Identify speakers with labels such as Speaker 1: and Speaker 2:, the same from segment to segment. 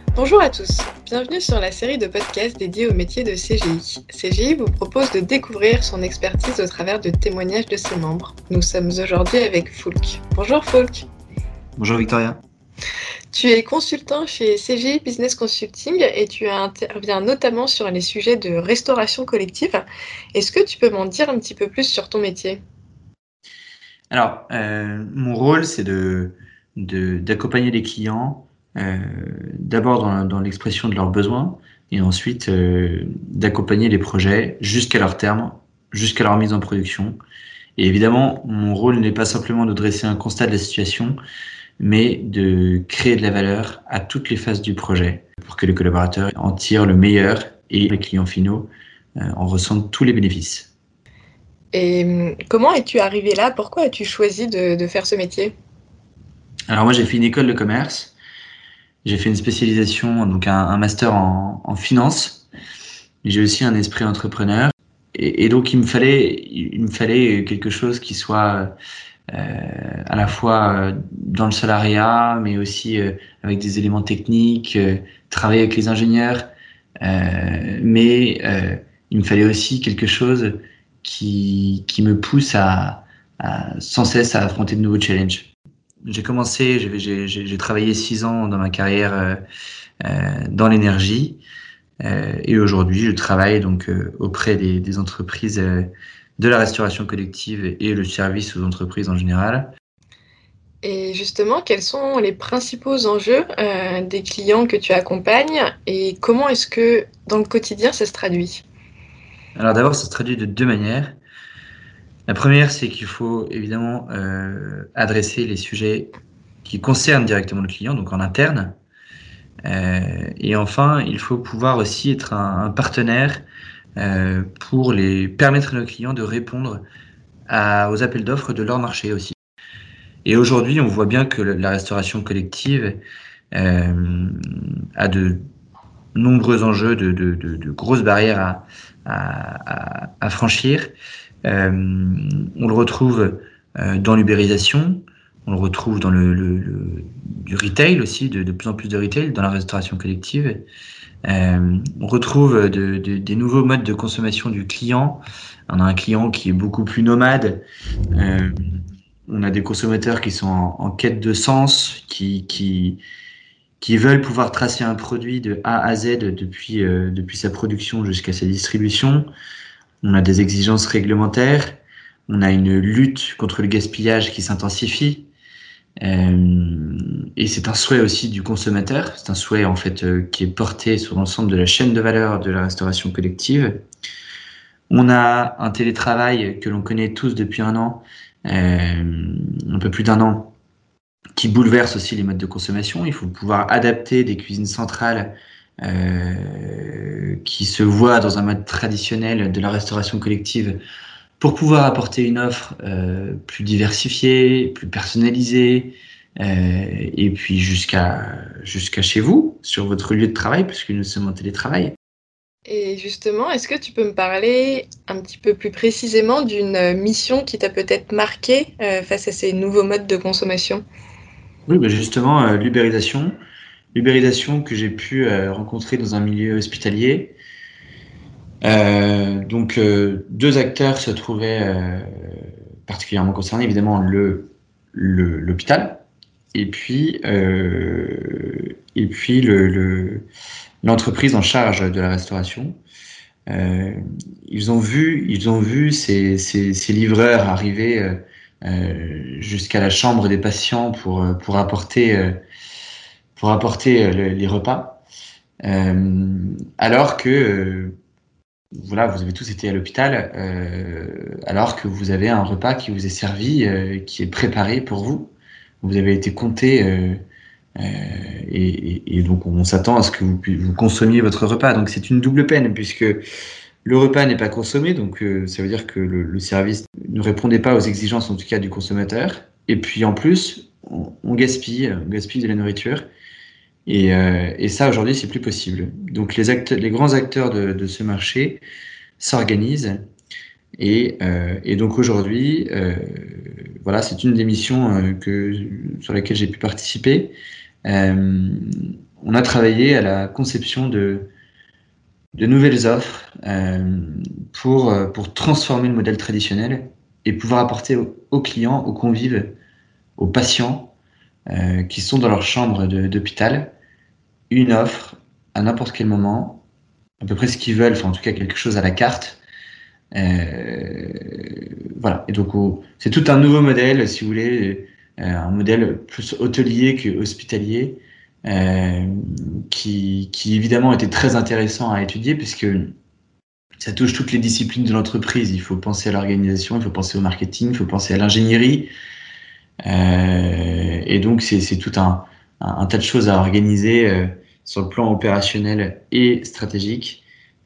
Speaker 1: Bonjour à tous, bienvenue sur la série de podcasts dédiée au métier de CGI. CGI vous propose de découvrir son expertise au travers de témoignages de ses membres. Nous sommes aujourd'hui avec Foulk. Bonjour Foulk.
Speaker 2: Bonjour Victoria.
Speaker 1: Tu es consultant chez CGI Business Consulting et tu interviens notamment sur les sujets de restauration collective. Est-ce que tu peux m'en dire un petit peu plus sur ton métier?
Speaker 2: Alors, mon rôle, c'est d'accompagner les clients, d'abord dans l'expression de leurs besoins, et ensuite d'accompagner les projets jusqu'à leur terme, jusqu'à leur mise en production. Et évidemment, mon rôle n'est pas simplement de dresser un constat de la situation, mais de créer de la valeur à toutes les phases du projet pour que les collaborateurs en tirent le meilleur et les clients finaux en ressentent tous les bénéfices.
Speaker 1: Et comment es-tu arrivé là? Pourquoi as-tu choisi de faire ce métier?
Speaker 2: Alors moi, j'ai fait une école de commerce. J'ai fait une spécialisation, donc un master en finance. J'ai aussi un esprit entrepreneur. Et donc, il me fallait quelque chose qui soit à la fois dans le salariat, mais aussi avec des éléments techniques, travailler avec les ingénieurs. Mais il me fallait aussi quelque chose qui me pousse sans cesse à affronter de nouveaux challenges. J'ai travaillé 6 ans dans ma carrière dans l'énergie et aujourd'hui je travaille donc auprès des entreprises de la restauration collective et le service aux entreprises en général.
Speaker 1: Et justement, quels sont les principaux enjeux des clients que tu accompagnes et comment est-ce que dans le quotidien ça se traduit?
Speaker 2: Alors d'abord, ça se traduit de deux manières. La première, c'est qu'il faut évidemment adresser les sujets qui concernent directement le client, donc en interne. Et enfin, il faut pouvoir aussi être un partenaire pour les permettre à nos clients de répondre aux appels d'offres de leur marché aussi. Et aujourd'hui, on voit bien que la restauration collective a de nombreux enjeux, de grosses barrières à franchir. On le retrouve dans l'ubérisation, on le retrouve dans du retail aussi, de plus en plus de retail dans la restauration collective. On retrouve des nouveaux modes de consommation du client. On a un client qui est beaucoup plus nomade. Euh, on a des consommateurs qui sont en quête de sens, qui veulent pouvoir tracer un produit de A à Z depuis sa production jusqu'à sa distribution. On a des exigences réglementaires. On a une lutte contre le gaspillage qui s'intensifie. Et c'est un souhait aussi du consommateur. C'est un souhait en fait qui est porté sur l'ensemble de la chaîne de valeur de la restauration collective. On a un télétravail que l'on connaît tous depuis un peu plus d'un an, qui bouleverse aussi les modes de consommation. Il faut pouvoir adapter des cuisines centrales qui se voient dans un mode traditionnel de la restauration collective pour pouvoir apporter une offre plus diversifiée, plus personnalisée, et puis jusqu'à chez vous, sur votre lieu de travail, puisque nous sommes en télétravail.
Speaker 1: Et justement, est-ce que tu peux me parler un petit peu plus précisément d'une mission qui t'a peut-être marqué face à ces nouveaux modes de consommation?
Speaker 2: Oui, bah justement, l'ubérisation que j'ai pu rencontrer dans un milieu hospitalier. Deux acteurs se trouvaient particulièrement concernés, évidemment l'hôpital et puis l'entreprise en charge de la restauration. Euh, ils ont vu ces livreurs arriver jusqu'à la chambre des patients pour apporter les repas, alors que voilà, vous avez tous été à l'hôpital, alors que vous avez un repas qui vous est servi, qui est préparé pour vous. Vous avez été compté, et donc on s'attend à ce que vous consommiez votre repas. Donc c'est une double peine puisque le repas n'est pas consommé, donc ça veut dire que le service ne répondait pas aux exigences, en tout cas du consommateur. Et puis en plus, on gaspille de la nourriture. Et ça, aujourd'hui, c'est plus possible. Donc les grands acteurs de ce marché s'organisent. Et donc aujourd'hui, voilà, c'est une des missions sur laquelle j'ai pu participer. Euh, on a travaillé à la conception de nouvelles offres pour transformer le modèle traditionnel et pouvoir apporter aux clients, aux convives, aux patients qui sont dans leur chambre d'hôpital une offre à n'importe quel moment, à peu près ce qu'ils veulent, enfin en tout cas quelque chose à la carte. Voilà. Et donc c'est tout un nouveau modèle, si vous voulez, un modèle plus hôtelier que hospitalier, qui évidemment était très intéressant à étudier puisque ça touche toutes les disciplines de l'entreprise. Il faut penser à l'organisation, il faut penser au marketing, il faut penser à l'ingénierie. Et donc c'est tout un tas de choses à organiser sur le plan opérationnel et stratégique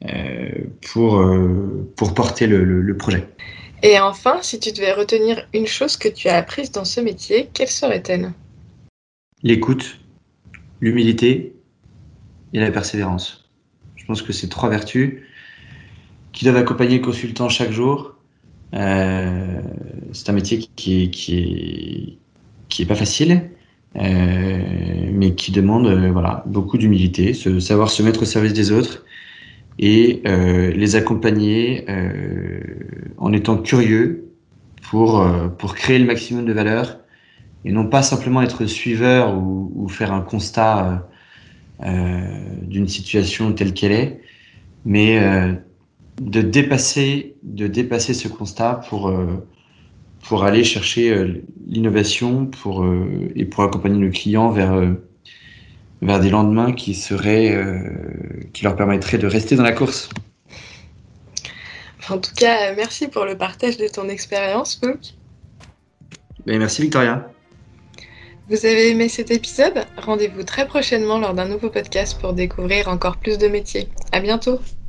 Speaker 2: pour porter le projet.
Speaker 1: Et enfin, si tu devais retenir une chose que tu as apprise dans ce métier, quelle serait-elle?
Speaker 2: L'écoute, l'humilité et la persévérance. Je pense que c'est 3 vertus qui doivent accompagner le consultant chaque jour. C'est un métier qui est pas facile, mais qui demande voilà, beaucoup d'humilité, savoir se mettre au service des autres et les accompagner en étant curieux pour créer le maximum de valeur et non pas simplement être suiveur ou faire un constat d'une situation telle qu'elle est, mais de dépasser ce constat pour aller chercher l'innovation et pour accompagner le client vers des lendemains qui leur permettraient de rester dans la course.
Speaker 1: En tout cas, merci pour le partage de ton expérience, Foulk.
Speaker 2: Merci Victoria.
Speaker 1: Vous avez aimé cet épisode? Rendez-vous très prochainement lors d'un nouveau podcast pour découvrir encore plus de métiers. À bientôt!